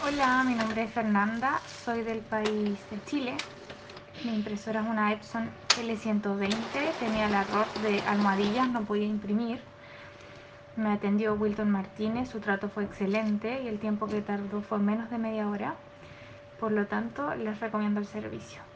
Hola, mi nombre es Fernanda, soy del país de Chile. Mi impresora es una Epson L120, tenía el error de almohadillas, no podía imprimir. Me atendió Wilton Martínez, su trato fue excelente y el tiempo que tardó fue menos de media hora. Por lo tanto, les recomiendo el servicio.